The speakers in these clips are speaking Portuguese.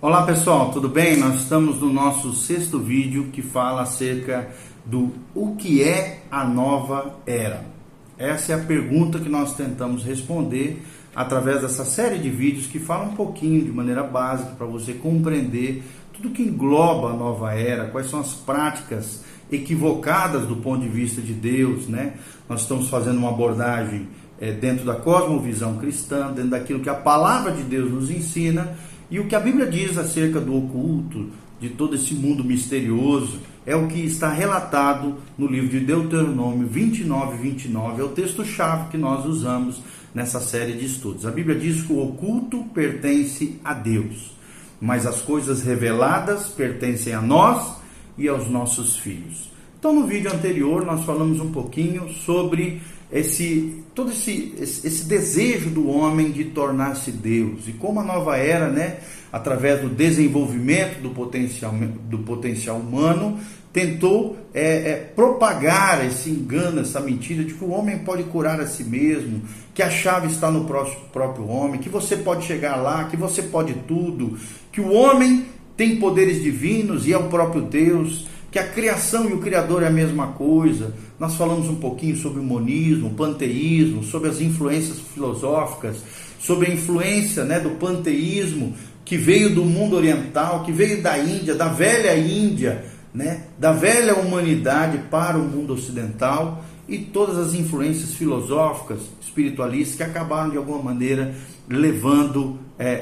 Olá pessoal, tudo bem? Nós estamos no nosso sexto vídeo que fala acerca do o que é a nova era. Essa é a pergunta que nós tentamos responder através dessa série de vídeos que fala um pouquinho de maneira básica para você compreender tudo que engloba a nova era, quais são as práticas equivocadas do ponto de vista de Deus, né? Nós estamos fazendo uma abordagem dentro da cosmovisão cristã, dentro daquilo que a palavra de Deus nos ensina. E o que a Bíblia diz acerca do oculto, de todo esse mundo misterioso, é o que está relatado no livro de Deuteronômio 29:29, é o texto-chave que nós usamos nessa série de estudos. A Bíblia diz que o oculto pertence a Deus, mas as coisas reveladas pertencem a nós e aos nossos filhos. Então, no vídeo anterior, nós falamos um pouquinho sobre esse desejo do homem de tornar-se Deus, e como a nova era, né, através do desenvolvimento do potencial humano, tentou propagar esse engano, essa mentira de que o homem pode curar a si mesmo, que a chave está no próprio homem, que você pode chegar lá, que você pode tudo, que o homem tem poderes divinos e é o próprio Deus, que a criação e o Criador é a mesma coisa. Nós falamos um pouquinho sobre o monismo, o panteísmo, sobre as influências filosóficas, sobre a influência, né, do panteísmo que veio do mundo oriental, que veio da Índia, da velha Índia, né, da velha humanidade para o mundo ocidental, e todas as influências filosóficas, espiritualistas que acabaram de alguma maneira levantando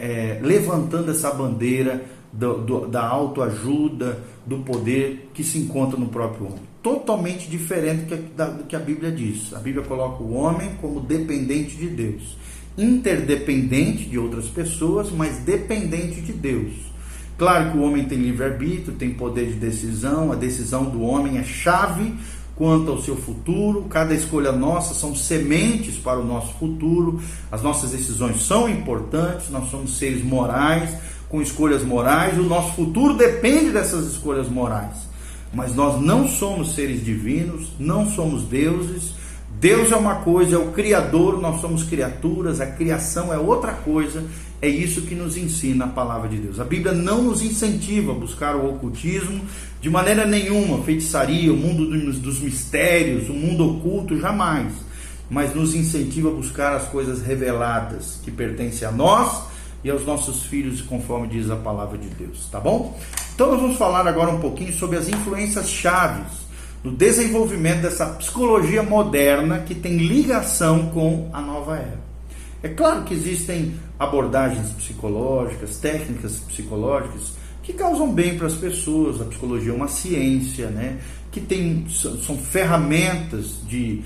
essa bandeira da autoajuda, do poder que se encontra no próprio homem. Totalmente diferente do que a Bíblia diz. A Bíblia coloca o homem como dependente de Deus, interdependente de outras pessoas, mas dependente de Deus. Claro que o homem tem livre-arbítrio, tem poder de decisão, a decisão do homem é chave quanto ao seu futuro. Cada escolha nossa são sementes para o nosso futuro. As nossas decisões são importantes, nós somos seres morais, com escolhas morais, o nosso futuro depende dessas escolhas morais, mas nós não somos seres divinos, não somos deuses. Deus é uma coisa, é o Criador, nós somos criaturas, a criação é outra coisa. É isso que nos ensina a palavra de Deus. A Bíblia não nos incentiva a buscar o ocultismo de maneira nenhuma, feitiçaria, o mundo dos mistérios, o mundo oculto, jamais, mas nos incentiva a buscar as coisas reveladas que pertencem a nós e aos nossos filhos, conforme diz a palavra de Deus, tá bom? Então nós vamos falar agora um pouquinho sobre as influências chaves no desenvolvimento dessa psicologia moderna que tem ligação com a nova era. É claro que existem abordagens psicológicas, técnicas psicológicas que causam bem para as pessoas. A psicologia é uma ciência, né, que são ferramentas e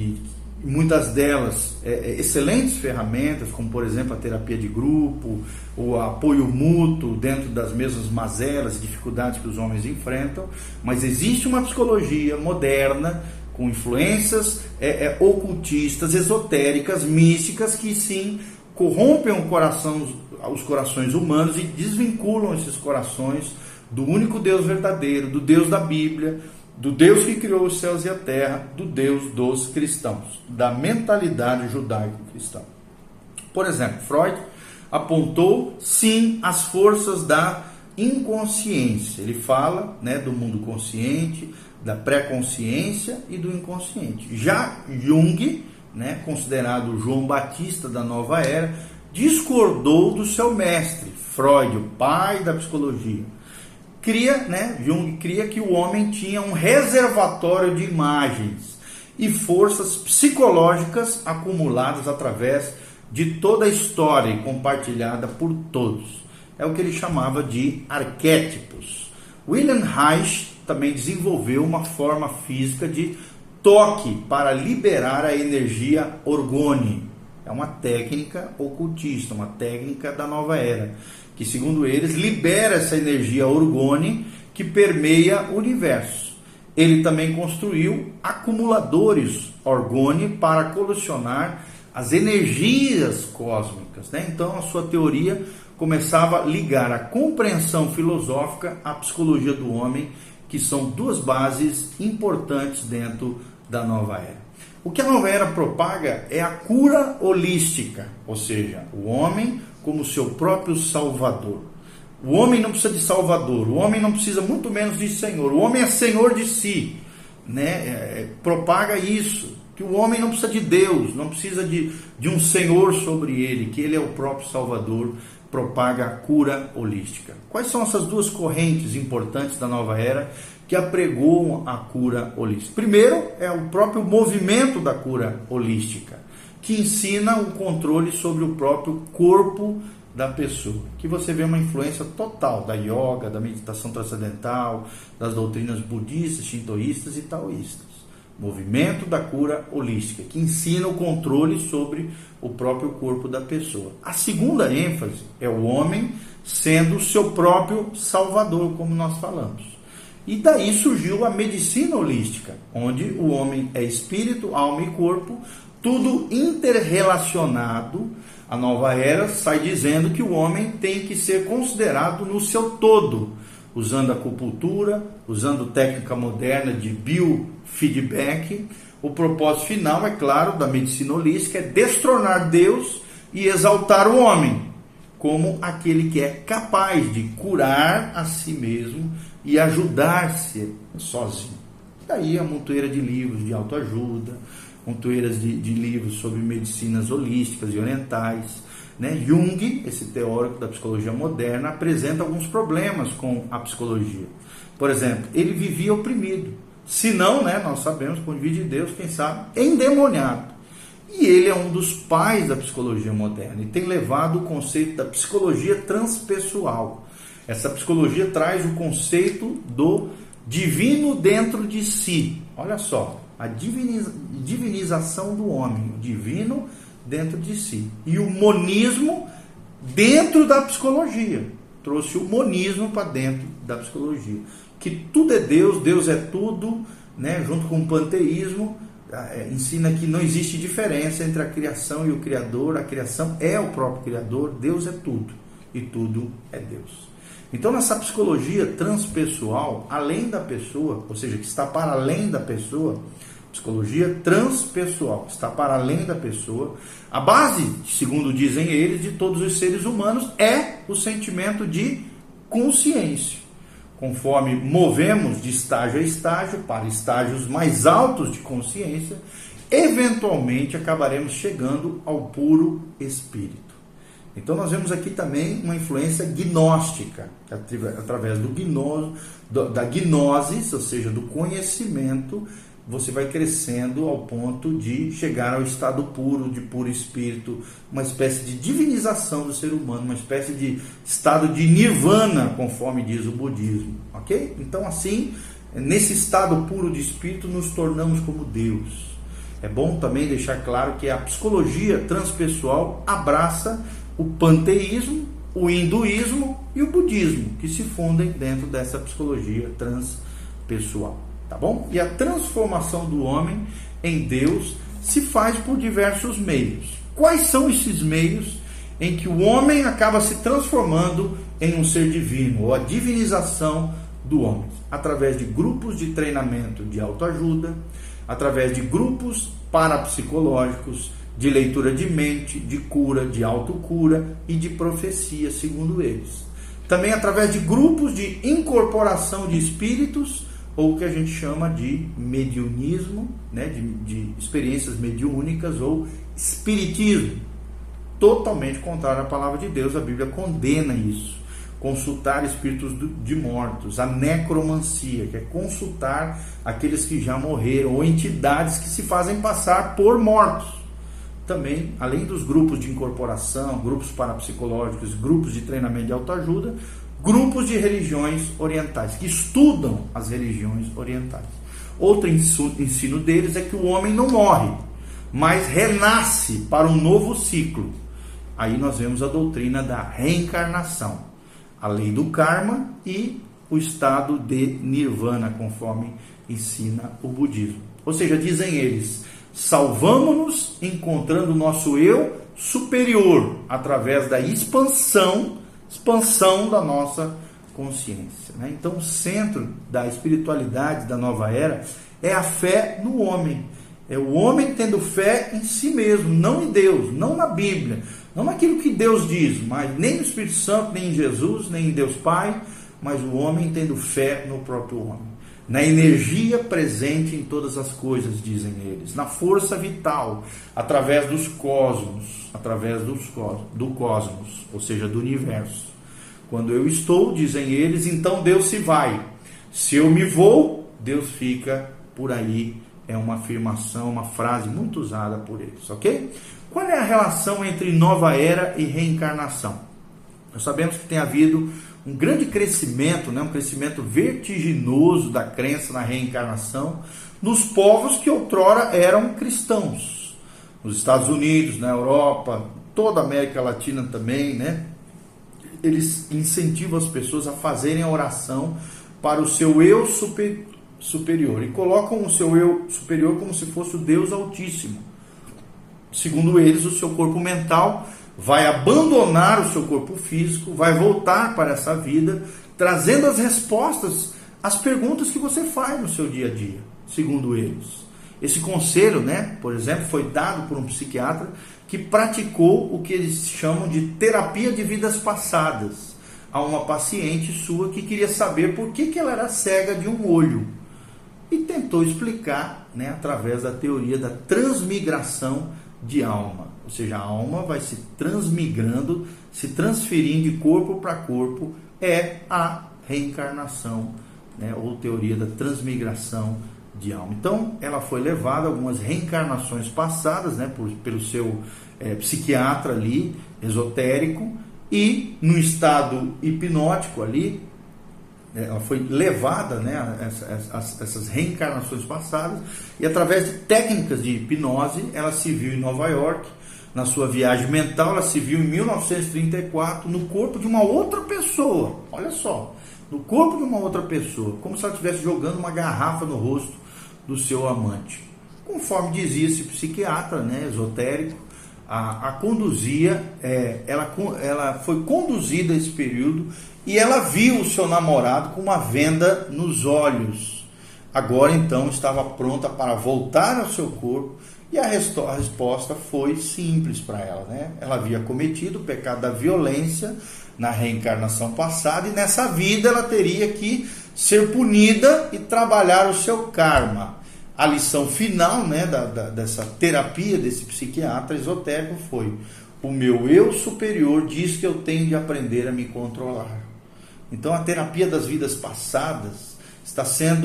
muitas delas excelentes ferramentas, como por exemplo a terapia de grupo, o apoio mútuo dentro das mesmas mazelas e dificuldades que os homens enfrentam. Mas existe uma psicologia moderna com influências ocultistas, esotéricas, místicas, que sim corrompem os corações humanos e desvinculam esses corações do único Deus verdadeiro, do Deus da Bíblia, do Deus que criou os céus e a terra, do Deus dos cristãos, da mentalidade judaico-cristã. Por exemplo, Freud apontou sim as forças da inconsciência. Ele fala, né, do mundo consciente, da pré-consciência e do inconsciente. Já Jung, né, considerado o João Batista da nova era, discordou do seu mestre, Freud, o pai da psicologia. Jung cria que o homem tinha um reservatório de imagens e forças psicológicas acumuladas através de toda a história e compartilhada por todos. É o que ele chamava de arquétipos. Wilhelm Reich também desenvolveu uma forma física de toque para liberar a energia orgone. É uma técnica ocultista, uma técnica da nova era, que segundo eles libera essa energia orgone que permeia o universo. Ele também construiu acumuladores orgone para colecionar as energias cósmicas, né? Então a sua teoria começava a ligar a compreensão filosófica à psicologia do homem, que são duas bases importantes dentro da nova era. O que a nova era propaga é a cura holística, ou seja, o homem como seu próprio salvador. O homem não precisa de salvador, o homem não precisa muito menos de senhor, o homem é senhor de si, né? Propaga isso, que o homem não precisa de Deus, não precisa de um senhor sobre ele, que ele é o próprio salvador. Propaga a cura holística. Quais são essas duas correntes importantes da nova era que apregoam a cura holística? Primeiro é o próprio movimento da cura holística, que ensina o controle sobre o próprio corpo da pessoa, que você vê uma influência total da yoga, da meditação transcendental, das doutrinas budistas, shintoístas e taoístas. Movimento da cura holística, que ensina o controle sobre o próprio corpo da pessoa. A segunda ênfase é o homem sendo o seu próprio salvador, como nós falamos. E daí surgiu a medicina holística, onde o homem é espírito, alma e corpo, tudo interrelacionado. A nova era sai dizendo que o homem tem que ser considerado no seu todo, usando acupuntura, usando técnica moderna de biofeedback. O propósito final, é claro, da medicina holística é destronar Deus e exaltar o homem como aquele que é capaz de curar a si mesmo e ajudar-se sozinho. Daí a montoeira de livros de autoajuda, montoeiras de livros sobre medicinas holísticas e orientais, né? Jung, esse teórico da psicologia moderna, apresenta alguns problemas com a psicologia. Por exemplo, ele vivia oprimido. Se não, né, nós sabemos, com o envio de Deus, quem sabe, endemoniado. E ele é um dos pais da psicologia moderna e tem levado o conceito da psicologia transpessoal. Essa psicologia traz o conceito do divino dentro de si. Olha só, a divinização do homem, o divino dentro de si. E o monismo dentro da psicologia. Trouxe o monismo para dentro da psicologia. Que tudo é Deus, Deus é tudo, né? Junto com o panteísmo, ensina que não existe diferença entre a criação e o Criador. A criação é o próprio Criador, Deus é tudo e tudo é Deus. Então, nessa psicologia transpessoal, além da pessoa, ou seja, que está para além da pessoa, psicologia transpessoal, está para além da pessoa, a base, segundo dizem eles, de todos os seres humanos é o sentimento de consciência. Conforme movemos de estágio a estágio para estágios mais altos de consciência, eventualmente acabaremos chegando ao puro espírito. Então nós vemos aqui também uma influência gnóstica, através da gnose, ou seja, do conhecimento, você vai crescendo ao ponto de chegar ao estado puro, de puro espírito, uma espécie de divinização do ser humano, uma espécie de estado de nirvana, conforme diz o budismo, ok? Então assim, nesse estado puro de espírito, nos tornamos como Deus. É bom também deixar claro que a psicologia transpessoal abraça o panteísmo, o hinduísmo e o budismo, que se fundem dentro dessa psicologia transpessoal. Tá bom? E a transformação do homem em Deus se faz por diversos meios. Quais são esses meios em que o homem acaba se transformando em um ser divino, ou a divinização do homem? Através de grupos de treinamento de autoajuda, através de grupos parapsicológicos, de leitura de mente, de cura, de autocura e de profecia, segundo eles. Também através de grupos de incorporação de espíritos, ou o que a gente chama de mediunismo, né, de experiências mediúnicas ou espiritismo, totalmente contrário à palavra de Deus. A Bíblia condena isso. Consultar espíritos de mortos, a necromancia, que é consultar aqueles que já morreram, ou entidades que se fazem passar por mortos. Também, além dos grupos de incorporação, grupos parapsicológicos, grupos de treinamento de autoajuda, grupos de religiões orientais, que estudam as religiões orientais. Outro ensino deles é que o homem não morre, mas renasce para um novo ciclo. Aí nós vemos a doutrina da reencarnação, a lei do karma e o estado de nirvana, conforme ensina o budismo. Ou seja, dizem eles, salvamos-nos encontrando o nosso eu superior, através da expansão da nossa consciência, né? Então o centro da espiritualidade da nova era é a fé no homem, É o homem tendo fé em si mesmo, não em Deus, não na Bíblia, não naquilo que Deus diz, mas nem no Espírito Santo, nem em Jesus, nem em Deus Pai, mas o homem tendo fé no próprio homem, na energia presente em todas as coisas, dizem eles, na força vital, através do cosmos, do cosmos, ou seja, do universo. Quando eu estou, dizem eles, então Deus se vai. Se eu me vou, Deus fica por aí. É uma afirmação, uma frase muito usada por eles, ok? Qual é a relação entre nova era e reencarnação? Nós sabemos que tem havido um grande crescimento, um crescimento vertiginoso da crença na reencarnação nos povos que outrora eram cristãos. Nos Estados Unidos, na Europa, toda a América Latina também, eles incentivam as pessoas a fazerem a oração para o seu eu superior e colocam o seu eu superior como se fosse o Deus Altíssimo. Segundo eles, o seu corpo mental vai abandonar o seu corpo físico, vai voltar para essa vida, trazendo as respostas às perguntas que você faz no seu dia a dia, segundo eles. Esse conselho, por exemplo, foi dado por um psiquiatra que praticou o que eles chamam de terapia de vidas passadas a uma paciente sua que queria saber por que ela era cega de um olho. E tentou explicar, através da teoria da transmigração de alma. Ou seja, a alma vai se transmigrando, se transferindo de corpo para corpo, é a reencarnação, ou teoria da transmigração de alma. Então, ela foi levada a algumas reencarnações passadas, pelo seu psiquiatra ali, esotérico, e no estado hipnótico ali, ela foi levada a essas reencarnações passadas, e através de técnicas de hipnose, ela se viu em Nova York, na sua viagem mental, ela se viu em 1934 no corpo de uma outra pessoa. Olha só, no corpo de uma outra pessoa, como se ela estivesse jogando uma garrafa no rosto do seu amante. Conforme dizia esse psiquiatra esotérico, a conduzia, ela foi conduzida a esse período e ela viu o seu namorado com uma venda nos olhos. Agora então estava pronta para voltar ao seu corpo e a resposta foi simples para ela. Ela havia cometido o pecado da violência na reencarnação passada e nessa vida ela teria que ser punida e trabalhar o seu karma. A lição final dessa terapia desse psiquiatra esotérico foi: o meu eu superior diz que eu tenho de aprender a me controlar. Então a terapia das vidas passadas está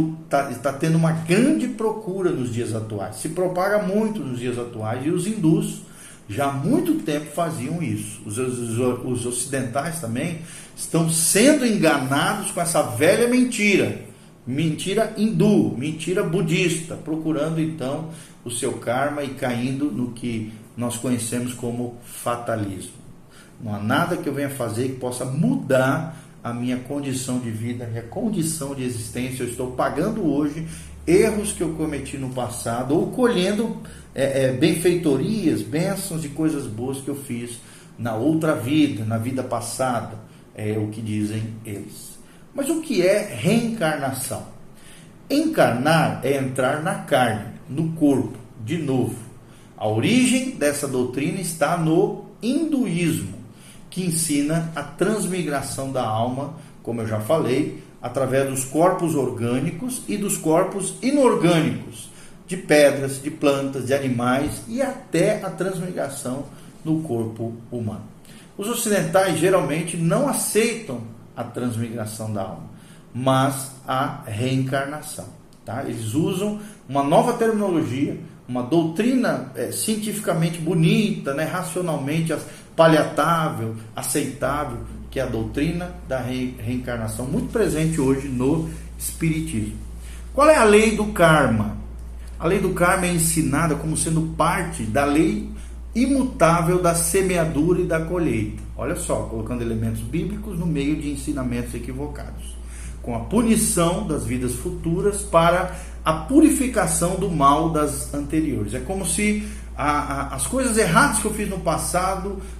tendo uma grande procura nos dias atuais, se propaga muito nos dias atuais, e os hindus já há muito tempo faziam isso. Os ocidentais também estão sendo enganados com essa velha mentira hindu, mentira budista, procurando então o seu karma e caindo no que nós conhecemos como fatalismo. Não há nada que eu venha fazer que possa mudar a minha condição de vida, a minha condição de existência. Eu estou pagando hoje erros que eu cometi no passado, ou colhendo benfeitorias, bênçãos e coisas boas que eu fiz na outra vida, na vida passada, é o que dizem eles. Mas o que é reencarnação? Encarnar é entrar na carne, no corpo, de novo. A origem dessa doutrina está no hinduísmo, que ensina a transmigração da alma, como eu já falei, através dos corpos orgânicos e dos corpos inorgânicos, de pedras, de plantas, de animais e até a transmigração no corpo humano. Os ocidentais geralmente não aceitam a transmigração da alma, mas a reencarnação. Eles usam uma nova terminologia, uma doutrina cientificamente bonita, racionalmente paliatável, aceitável, que é a doutrina da reencarnação, muito presente hoje no Espiritismo. Qual é a lei do karma? A lei do karma é ensinada como sendo parte da lei imutável da semeadura e da colheita. Olha só, colocando elementos bíblicos no meio de ensinamentos equivocados, com a punição das vidas futuras para a purificação do mal das anteriores. É como se as coisas erradas que eu fiz no passado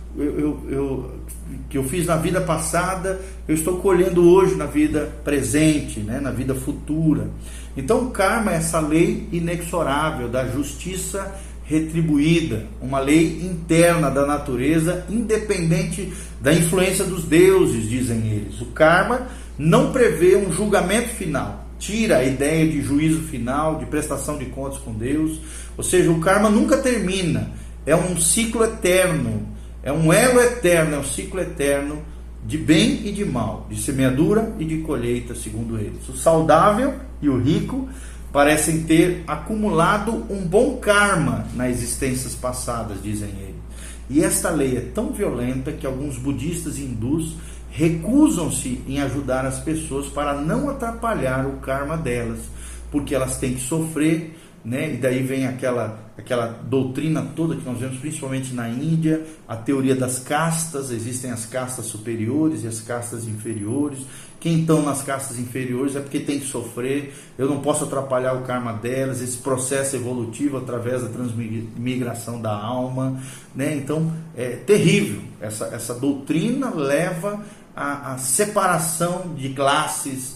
que eu fiz na vida passada, eu estou colhendo hoje na vida presente, né, na vida futura. Então o karma é essa lei inexorável da justiça retribuída, uma lei interna da natureza, independente da influência dos deuses, dizem eles. O karma não prevê um julgamento final, tira a ideia de juízo final, de prestação de contas com Deus, ou seja, o karma nunca termina, é um ciclo eterno, é um elo eterno, é um ciclo eterno de bem e de mal, de semeadura e de colheita, segundo eles. O saudável e o rico parecem ter acumulado um bom karma nas existências passadas, dizem eles. E esta lei é tão violenta que alguns budistas e hindus recusam-se em ajudar as pessoas para não atrapalhar o karma delas, porque elas têm que sofrer, né? E daí vem aquela doutrina toda que nós vemos principalmente na Índia, a teoria das castas. Existem as castas superiores e as castas inferiores. Quem estão nas castas inferiores é porque tem que sofrer, eu não posso atrapalhar o karma delas, esse processo evolutivo através da transmigração da alma, né? Então é terrível, essa doutrina leva à separação de classes,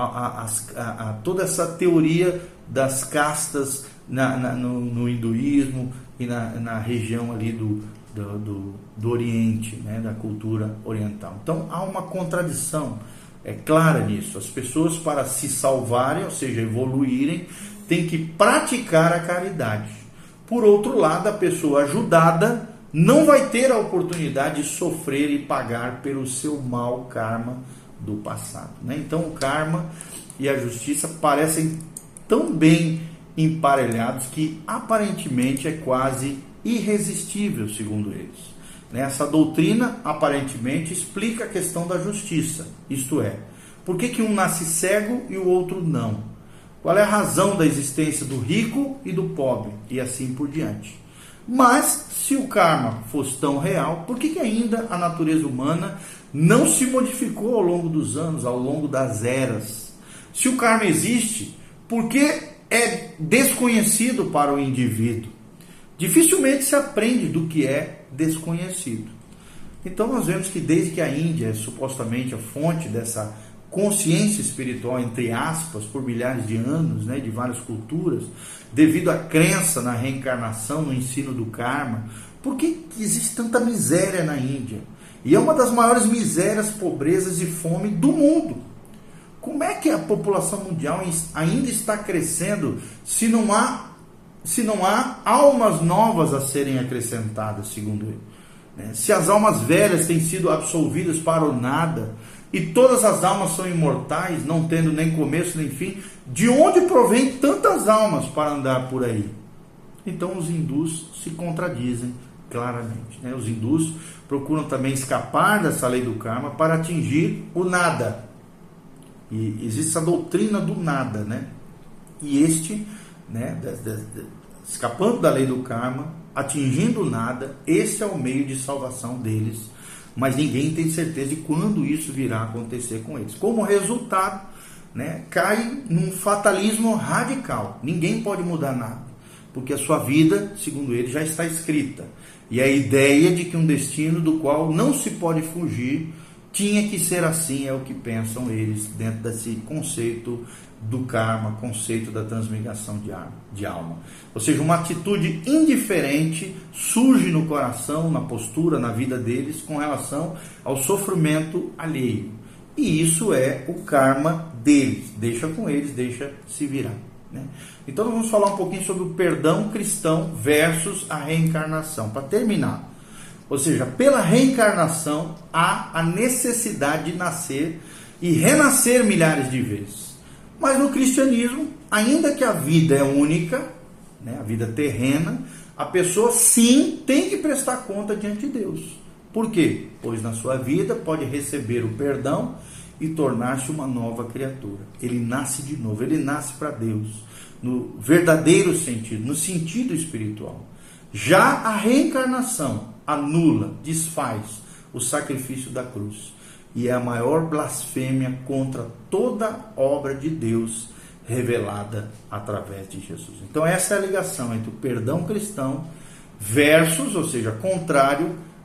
a toda essa teoria das castas no hinduísmo e na região ali do Oriente, né, da cultura oriental. Então há uma contradição clara nisso. As pessoas, para se salvarem, ou seja, evoluírem, têm que praticar a caridade. Por outro lado, a pessoa ajudada não vai ter a oportunidade de sofrer e pagar pelo seu mau karma do passado, né? Então o karma e a justiça parecem tão bem emparelhados que aparentemente é quase irresistível, segundo eles. Essa doutrina aparentemente explica a questão da justiça, isto é, por que um nasce cego e o outro não? Qual é a razão da existência do rico e do pobre? E assim por diante. Mas, se o karma fosse tão real, por que ainda a natureza humana não se modificou ao longo dos anos, ao longo das eras? Se o karma existe, por que é desconhecido para o indivíduo? Dificilmente se aprende do que é desconhecido. Então nós vemos que desde que a Índia é supostamente a fonte dessa consciência espiritual, entre aspas, por milhares de anos, né, de várias culturas, devido à crença na reencarnação, no ensino do karma, por que existe tanta miséria na Índia? E é uma das maiores misérias, pobrezas e fome do mundo. Como é que a população mundial ainda está crescendo se não há almas novas a serem acrescentadas, segundo ele? Se as almas velhas têm sido absolvidas para o nada, e todas as almas são imortais, não tendo nem começo nem fim, de onde provém tantas almas para andar por aí? Então os hindus se contradizem claramente, né? Os hindus procuram também escapar dessa lei do karma para atingir o nada. E existe essa doutrina do nada, né? E escapando da lei do karma, atingindo o nada, esse é o meio de salvação deles. Mas ninguém tem certeza de quando isso virá acontecer com eles. Como resultado, né, cai num fatalismo radical. Ninguém pode mudar nada, porque a sua vida, segundo eles, já está escrita. E a ideia de que um destino do qual não se pode fugir tinha que ser assim, é o que pensam eles dentro desse conceito do karma, conceito da transmigração de alma. Ou seja, uma atitude indiferente surge no coração, na postura, na vida deles com relação ao sofrimento alheio. E isso é o karma deles. Deixa com eles, deixa se virar, né? Então nós vamos falar um pouquinho sobre o perdão cristão versus a reencarnação. Para terminar, ou seja, pela reencarnação há a necessidade de nascer e renascer milhares de vezes. Mas no cristianismo, ainda que a vida é única, né, a vida terrena, a pessoa sim tem que prestar conta diante de Deus. Por quê? Pois na sua vida pode receber o perdão e tornar-se uma nova criatura. Ele nasce de novo, ele nasce para Deus, no verdadeiro sentido, no sentido espiritual. Já a reencarnação anula, desfaz o sacrifício da cruz. E é a maior blasfêmia contra toda obra de Deus revelada através de Jesus. Então essa é a ligação entre o perdão cristão versus, ou seja, contrário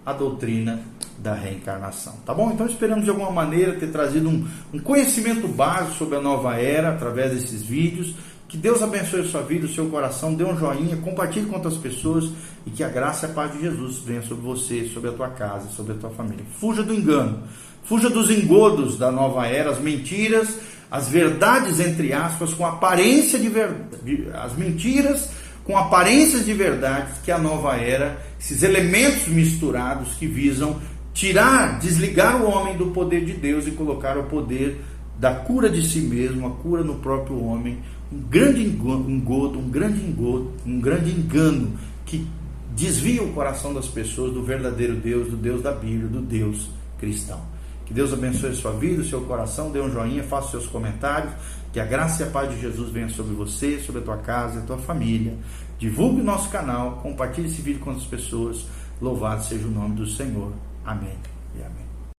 a doutrina da reencarnação, tá bom? Então esperamos de alguma maneira ter trazido um conhecimento básico sobre a nova era através desses vídeos. Que Deus abençoe a sua vida, o seu coração, dê um joinha, compartilhe com outras pessoas e que a graça e a paz de Jesus venha sobre você, sobre a tua casa, sobre a tua família. Fuja do engano, fuja dos engodos da nova era, as mentiras, as verdades entre aspas, com aparência de verdade, as mentiras com aparências de verdade que a nova era, esses elementos misturados que visam tirar, desligar o homem do poder de Deus e colocar o poder da cura de si mesmo, a cura no próprio homem, um grande engodo, um grande engano que desvia o coração das pessoas do verdadeiro Deus, do Deus da Bíblia, do Deus cristão. Que Deus abençoe a sua vida, o seu coração, dê um joinha, faça seus comentários, que a graça e a paz de Jesus venha sobre você, sobre a tua casa, a tua família. Divulgue o nosso canal, compartilhe esse vídeo com outras pessoas. Louvado seja o nome do Senhor. Amém e amém.